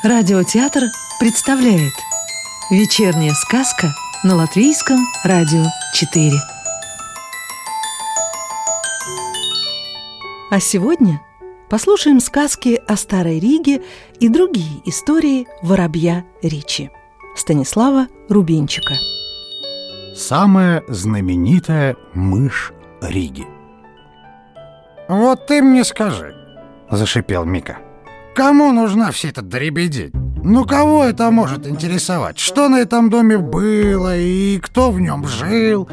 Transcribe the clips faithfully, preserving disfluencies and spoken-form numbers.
Радиотеатр представляет «Вечерняя сказка» на Латвийском радио четыре. А сегодня послушаем сказки о Старой Риге и другие истории воробья Ричи Станислава Рубинчика. Самая знаменитая мышь Риги. «Вот ты мне скажи», — зашипел Мика, — «кому нужна вся эта дребедень? Ну кого это может интересовать? Что на этом доме было и кто в нем жил?»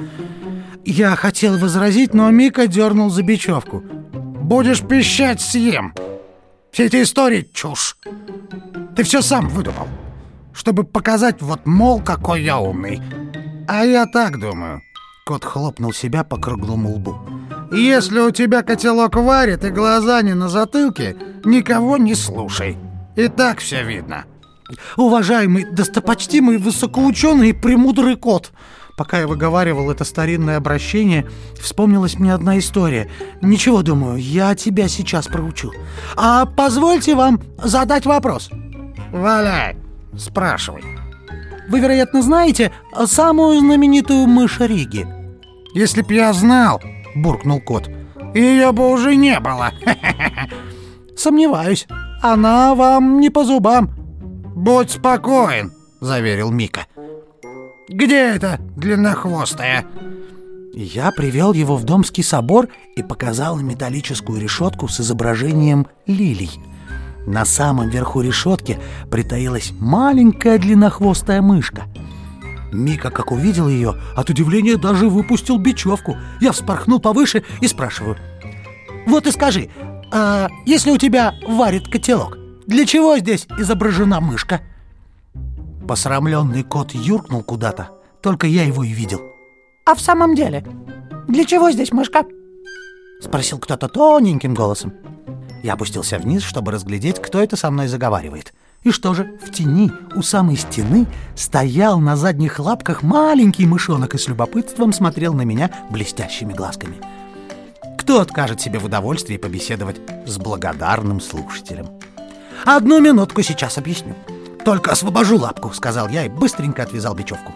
Я хотел возразить, но Мика дернул за бечевку. «Будешь пищать, съем! Все эти истории — чушь! Ты все сам выдумал, чтобы показать, вот, мол, какой я умный. А я так думаю». Кот хлопнул себя по круглому лбу. «Если у тебя котелок варит и глаза не на затылке, никого не слушай. И так все видно». «Уважаемый, достопочтимый, высокоученый и премудрый кот!» Пока я выговаривал это старинное обращение, вспомнилась мне одна история. Ничего, думаю, я тебя сейчас проучу. А позвольте вам задать вопрос. «Валяй, спрашивай». Вы, вероятно, знаете самую знаменитую мышь Риги? «Если б я знал, — буркнул кот, — ее бы уже не было». «Сомневаюсь, она вам не по зубам». «Будь спокоен, — заверил Мика. Где эта длиннохвостая?» Я привел его в Домский собор и показал металлическую решетку с изображением лилий. На самом верху решетки притаилась маленькая длиннохвостая мышка. Мика, как увидел ее, от удивления даже выпустил бечевку. Я вспорхнул повыше и спрашиваю: «Вот и скажи, а если у тебя варит котелок, для чего здесь изображена мышка?» Посрамленный кот юркнул куда-то, только я его и видел. «А в самом деле, для чего здесь мышка?» — спросил кто-то тоненьким голосом. Я опустился вниз, чтобы разглядеть, кто это со мной заговаривает. И что же, в тени у самой стены стоял на задних лапках маленький мышонок и с любопытством смотрел на меня блестящими глазками. Кто откажет себе в удовольствии побеседовать с благодарным слушателем? «Одну минутку, сейчас объясню. Только освобожу лапку», — сказал я и быстренько отвязал бечевку.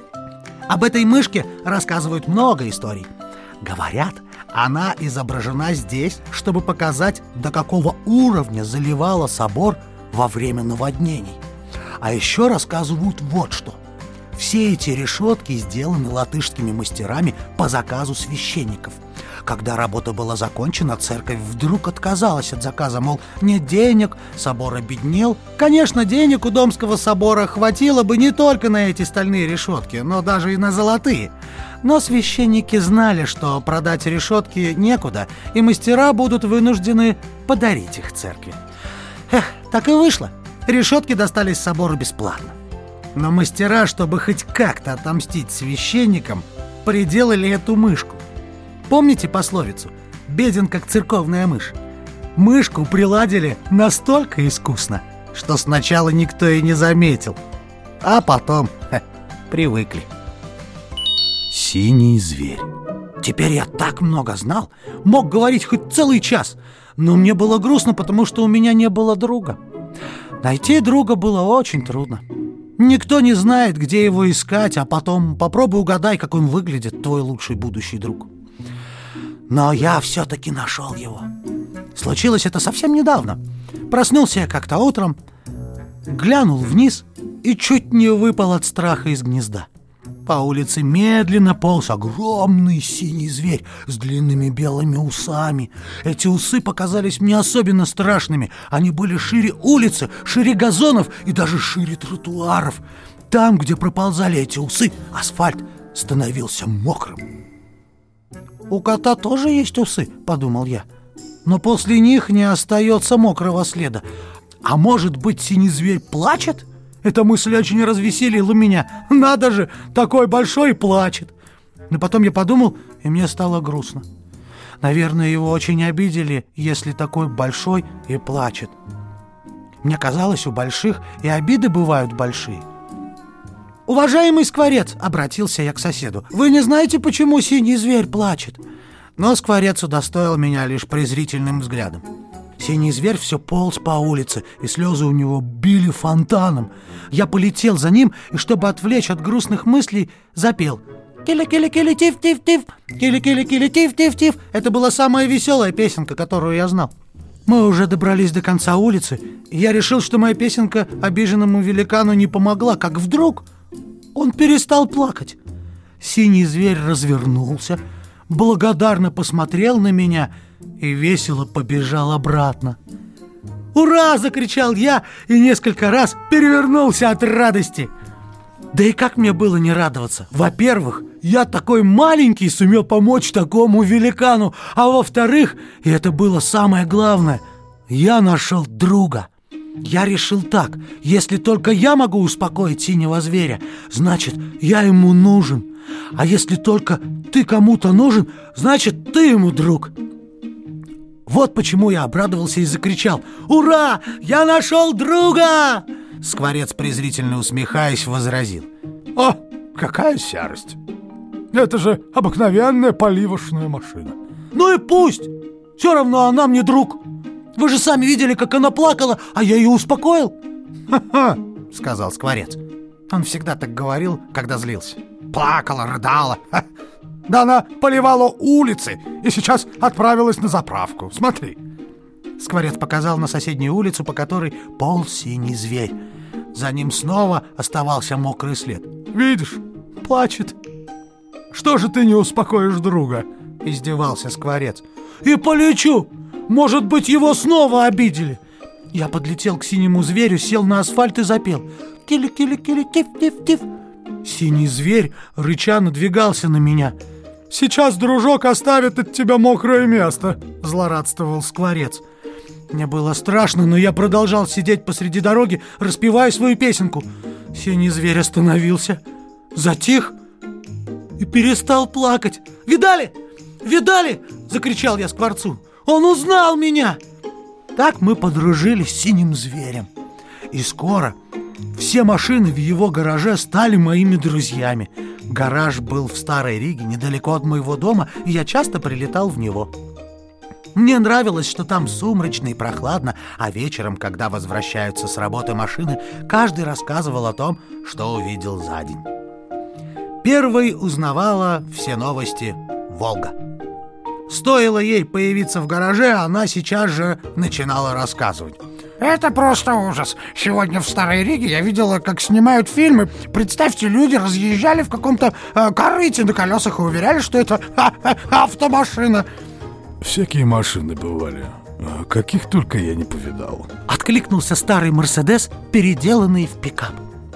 Об этой мышке рассказывают много историй. Говорят, она изображена здесь, чтобы показать, до какого уровня заливала собор во время наводнений. А еще рассказывают вот что. Все эти решетки сделаны латышскими мастерами по заказу священников. Когда работа была закончена, церковь вдруг отказалась от заказа, мол, нет денег, собор обеднел. Конечно, денег у Домского собора хватило бы не только на эти стальные решетки, но даже и на золотые. Но священники знали, что продать решетки некуда, и мастера будут вынуждены подарить их церкви. Эх, так и вышло. Решетки достались собору бесплатно. Но мастера, чтобы хоть как-то отомстить священникам, приделали эту мышку. Помните пословицу «беден, как церковная мышь»? Мышку приладили настолько искусно, что сначала никто и не заметил, а потом ха, привыкли. Синий зверь. Теперь я так много знал, мог говорить хоть целый час, но мне было грустно, потому что у меня не было друга. Найти друга было очень трудно. Никто не знает, где его искать, а потом попробуй угадай, как он выглядит, твой лучший будущий друг. Но я все-таки нашел его. Случилось это совсем недавно. Проснулся я как-то утром, глянул вниз и чуть не выпал от страха из гнезда. По улице медленно полз огромный синий зверь с длинными белыми усами. Эти усы показались мне особенно страшными. Они были шире улицы, шире газонов и даже шире тротуаров. Там, где проползали эти усы, асфальт становился мокрым. «У кота тоже есть усы», — подумал я, «но после них не остается мокрого следа. А может быть, синий зверь плачет?» Эта мысль очень развеселила меня. Надо же, такой большой плачет. Но потом я подумал, и мне стало грустно. Наверное, его очень обидели, если такой большой и плачет. Мне казалось, у больших и обиды бывают большие. «Уважаемый скворец», — обратился я к соседу, «вы не знаете, почему синий зверь плачет?» Но скворец удостоил меня лишь презрительным взглядом. Синий зверь все полз по улице, и слезы у него били фонтаном. Я полетел за ним, и чтобы отвлечь от грустных мыслей, запел: «Кили-кили-кили-тиф-тиф-тиф! Кили-кили-кили-тиф-тиф-тиф!» Это была самая веселая песенка, которую я знал. Мы уже добрались до конца улицы, и я решил, что моя песенка обиженному великану не помогла, как вдруг он перестал плакать. Синий зверь развернулся, благодарно посмотрел на меня и весело побежал обратно. «Ура!» — закричал я и несколько раз перевернулся от радости. Да и как мне было не радоваться? Во-первых, я такой маленький сумел помочь такому великану, а во-вторых, и это было самое главное, я нашел друга. Я решил так: если только я могу успокоить синего зверя, значит, я ему нужен. А если только ты кому-то нужен, значит, ты ему друг. Вот почему я обрадовался и закричал: «Ура! Я нашел друга!» Скворец, презрительно усмехаясь, возразил: «О, какая серость! Это же обыкновенная поливочная машина». «Ну и пусть! Все равно она мне друг. Вы же сами видели, как она плакала, а я ее успокоил». «Ха-ха!» — сказал Скворец. Он всегда так говорил, когда злился. Плакала, рыдала. Ха. Да она поливала улицы и сейчас отправилась на заправку. Смотри. Скворец показал на соседнюю улицу, по которой полз синий зверь. За ним снова оставался мокрый след. «Видишь, плачет. Что же ты не успокоишь друга?» — издевался Скворец. «И полечу! Может быть, его снова обидели!» Я подлетел к синему зверю, сел на асфальт и запел: «Кили-кили-кили-тиф-тиф-тиф!» Синий зверь, рыча, надвигался на меня. «Сейчас дружок оставит от тебя мокрое место!» — злорадствовал Скворец. Мне было страшно, но я продолжал сидеть посреди дороги, распевая свою песенку. Синий зверь остановился, затих и перестал плакать. «Видали? Видали?» — закричал я Скворцу. «Он узнал меня!» Так мы подружились с синим зверем. И скоро все машины в его гараже стали моими друзьями. Гараж был в Старой Риге, недалеко от моего дома, и я часто прилетал в него. Мне нравилось, что там сумрачно и прохладно, а вечером, когда возвращаются с работы машины, каждый рассказывал о том, что увидел за день. Первой узнавала все новости Волга. Стоило ей появиться в гараже, она сейчас же начинала рассказывать. «Это просто ужас. Сегодня в Старой Риге я видела, как снимают фильмы. Представьте, люди разъезжали в каком-то э, корыте на колесах и уверяли, что это а, а, автомашина». «Всякие машины бывали. А каких только я не повидал». Откликнулся старый Мерседес, переделанный в пикап.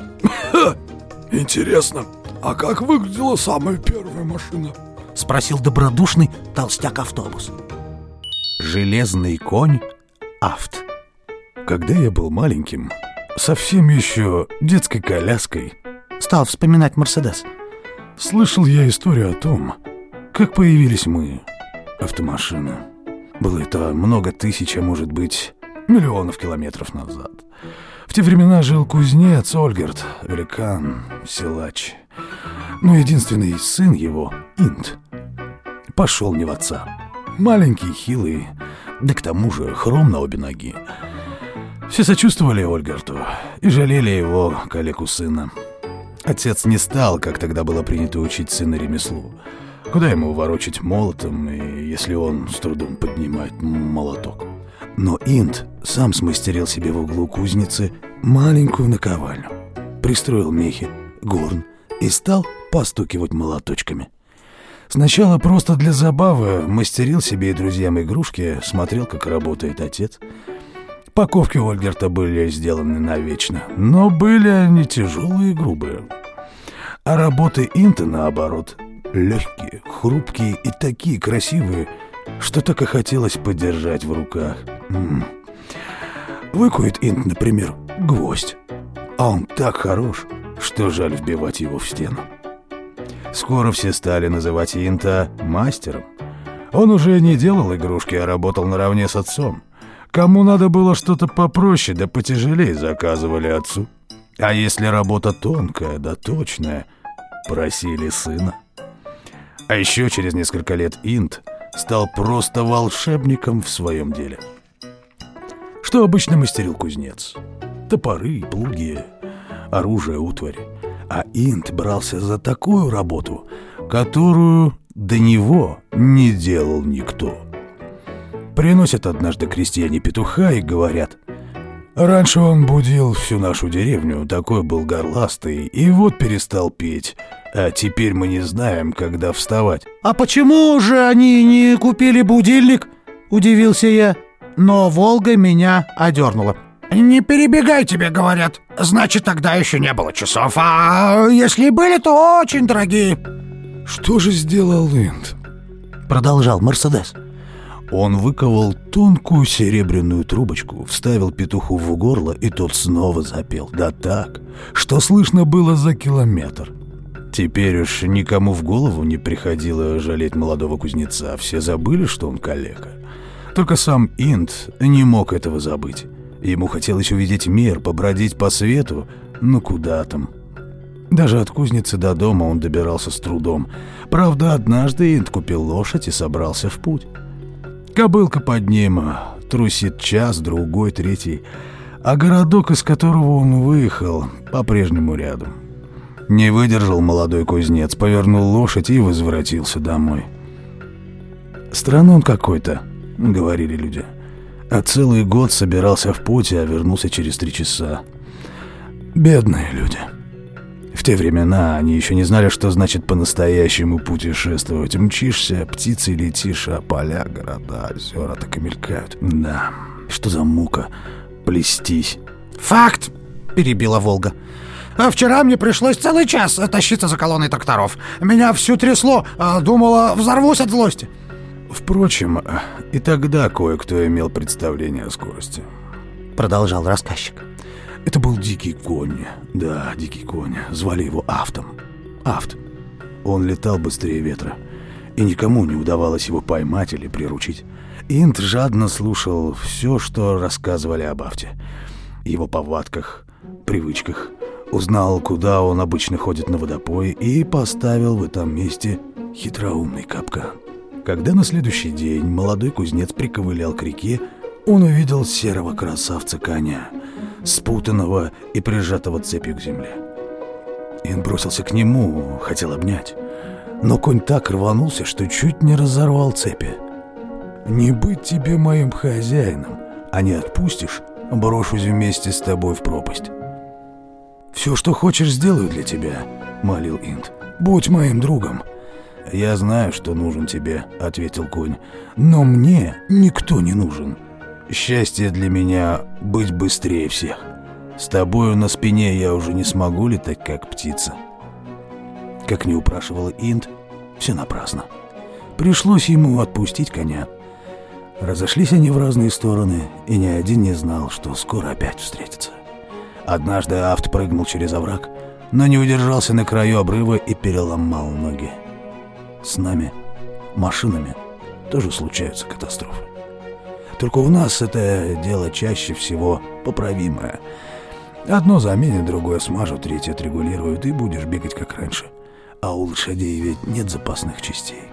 «Интересно, а как выглядела самая первая машина?» — спросил добродушный толстяк-автобус. Железный конь Авт. Когда я был маленьким, совсем еще детской коляской, стал вспоминать Мерседес, слышал я историю о том, как появились мы, автомашины. Было это много тысяч, а может быть, миллионов километров назад. В те времена жил кузнец Ольгерт, великан, силач. Но единственный сын его, Инт, пошел не в отца. Маленький, хилый, да к тому же хром на обе ноги. Все сочувствовали Ольгерту и жалели его калеку сына. Отец не стал, как тогда было принято, учить сына ремеслу. Куда ему ворочать молотом, и если он с трудом поднимает молоток? Но Инт сам смастерил себе в углу кузницы маленькую наковальню, пристроил мехи, горн и стал постукивать молоточками. Сначала просто для забавы мастерил себе и друзьям игрушки, смотрел, как работает отец. Паковки у Ольгерта были сделаны навечно, но были они тяжелые и грубые. А работы Инта, наоборот, легкие, хрупкие и такие красивые, что так и хотелось подержать в руках. М-м. Выкует Инт, например, гвоздь, а он так хорош, что жаль вбивать его в стену. Скоро все стали называть Инта мастером. Он уже не делал игрушки, а работал наравне с отцом. Кому надо было что-то попроще да потяжелее, заказывали отцу. А если работа тонкая да точная, просили сына. А еще через несколько лет Инт стал просто волшебником в своем деле. что обычно мастерил кузнец. Топоры, плуги, оружие, утварь. А Инт брался за такую работу, которую до него не делал никто. Приносят однажды крестьяне петуха и говорят: раньше он будил всю нашу деревню, такой был горластый, и вот перестал петь. А теперь мы не знаем, когда вставать. «А почему же они не купили будильник?» – удивился я. Но Волга меня одернула. «Не перебегай, тебе говорят. Значит, тогда еще не было часов, а если и были, то очень дорогие». «Что же сделал Инт?» – продолжал Мерседес. Он выковал тонкую серебряную трубочку, вставил петуху в горло, и тот снова запел. Да так, что слышно было за километр. Теперь уж никому в голову не приходило жалеть молодого кузнеца. Все забыли, что он калека. Только сам Инт не мог этого забыть. Ему хотелось увидеть мир, побродить по свету, но куда там. Даже от кузницы до дома он добирался с трудом. Правда, однажды Инт купил лошадь и собрался в путь. Кобылка под ним трусит час, другой, третий, а городок, из которого он выехал, по-прежнему рядом. Не выдержал молодой кузнец, повернул лошадь и возвратился домой. «Странный он какой-то», — говорили люди. А целый год собирался в путь, а вернулся через три часа. Бедные люди. В те времена они еще не знали, что значит по-настоящему путешествовать. Мчишься, птицей летишь, а поля, города, озера так и мелькают. Да, что за мука плестись. «Факт!» – перебила Волга. А вчера мне пришлось целый час тащиться за колонной тракторов. Меня всю трясло, думала, взорвусь от злости. Впрочем, и тогда кое-кто имел представление о скорости. Продолжал рассказчик. Это был дикий конь. Да, дикий конь. Звали его Афтом. Афт. Он летал быстрее ветра, и никому не удавалось его поймать или приручить. Инт жадно слушал все, что рассказывали об Афте. Его повадках, привычках. Узнал, куда он обычно ходит на водопой, и поставил в этом месте хитроумный капкан. Когда на следующий день молодой кузнец приковылял к реке, он увидел серого красавца коня, спутанного и прижатого цепью к земле. Ин бросился к нему, хотел обнять, но конь так рванулся, что чуть не разорвал цепи. «Не быть тебе моим хозяином, а не отпустишь, брошусь вместе с тобой в пропасть». «Все, что хочешь, сделаю для тебя», — молил Инт. «Будь моим другом». «Я знаю, что нужен тебе», — ответил конь. «Но мне никто не нужен. Счастье для меня — быть быстрее всех. С тобою на спине я уже не смогу летать, как птица». Как не упрашивал Инт, все напрасно. Пришлось ему отпустить коня. Разошлись они в разные стороны, и ни один не знал, что скоро опять встретятся. Однажды Афт прыгнул через овраг, но не удержался на краю обрыва и переломал ноги. С нами, машинами, тоже случаются катастрофы. Только у нас это дело чаще всего поправимое. Одно заменят, другое смажут, третье отрегулируют, и будешь бегать как раньше. А у лошадей ведь нет запасных частей.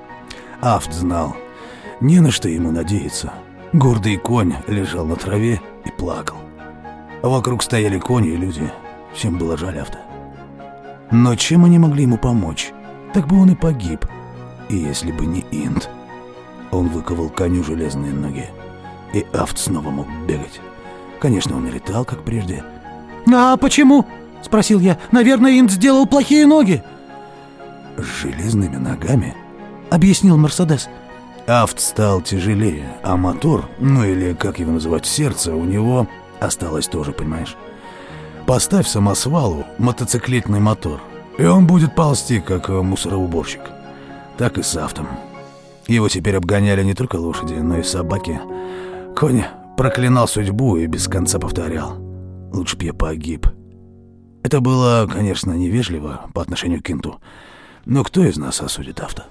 Афт знал, не на что ему надеяться. Гордый конь лежал на траве и плакал. Вокруг стояли кони и люди. Всем было жаль Афта. Но чем они могли ему помочь? Так бы он и погиб. И если бы не Инт. Он выковал коню железные ноги, и Афт снова мог бегать. Конечно, он и летал, как прежде. «А почему?» — спросил я. «Наверное, Инт сделал плохие ноги». «С железными ногами?» — объяснил Мерседес. Афт стал тяжелее, а мотор, ну или, как его называть, сердце у него осталось тоже, понимаешь? Поставь самосвалу мотоциклетный мотор, и он будет ползти, как мусороуборщик. Так и с Афтом. Его теперь обгоняли не только лошади, но и собаки. Конь проклинал судьбу и без конца повторял: «Лучше б я погиб». Это было, конечно, невежливо по отношению к Инту, но кто из нас осудит Афта?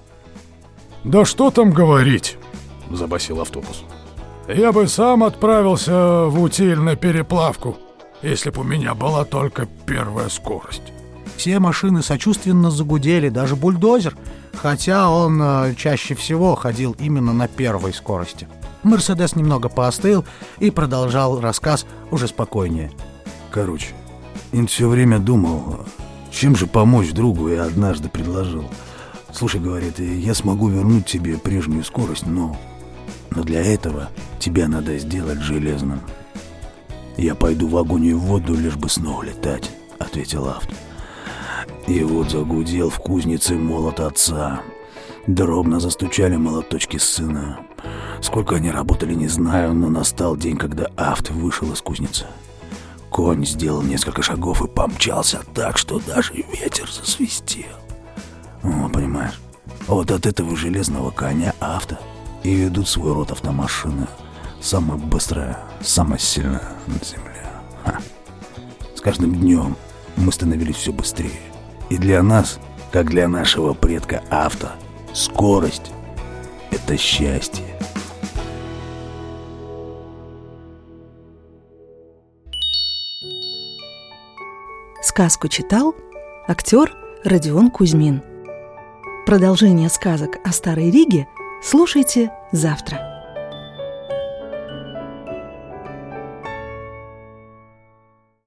«Да что там говорить», — забасил автобус. «Я бы сам отправился в утиль на переплавку, если бы у меня была только первая скорость». Все машины сочувственно загудели, даже бульдозер, хотя он э, чаще всего ходил именно на первой скорости. Мерседес немного поостыл и продолжал рассказ уже спокойнее. Короче, я все время думал, чем же помочь другу, и однажды предложил. Слушай, говорит, я смогу вернуть тебе прежнюю скорость, но... Но для этого тебя надо сделать железным. Я пойду в огонь и в воду, лишь бы снова летать, ответил Авто. И вот загудел в кузнице молот отца. Дробно застучали молоточки сына. Сколько они работали, не знаю, но настал день, когда Авто вышел из кузницы. Конь сделал несколько шагов и помчался так, что даже ветер засвистел. О, понимаешь, вот от этого железного коня Авто и ведут свой род автомашины. Самая быстрая, самая сильная на земле. Ха. С каждым днем мы становились все быстрее. И для нас, как для нашего предка Авто, скорость — это счастье. Сказку читал актер Родион Кузьмин. Продолжение сказок о Старой Риге слушайте завтра.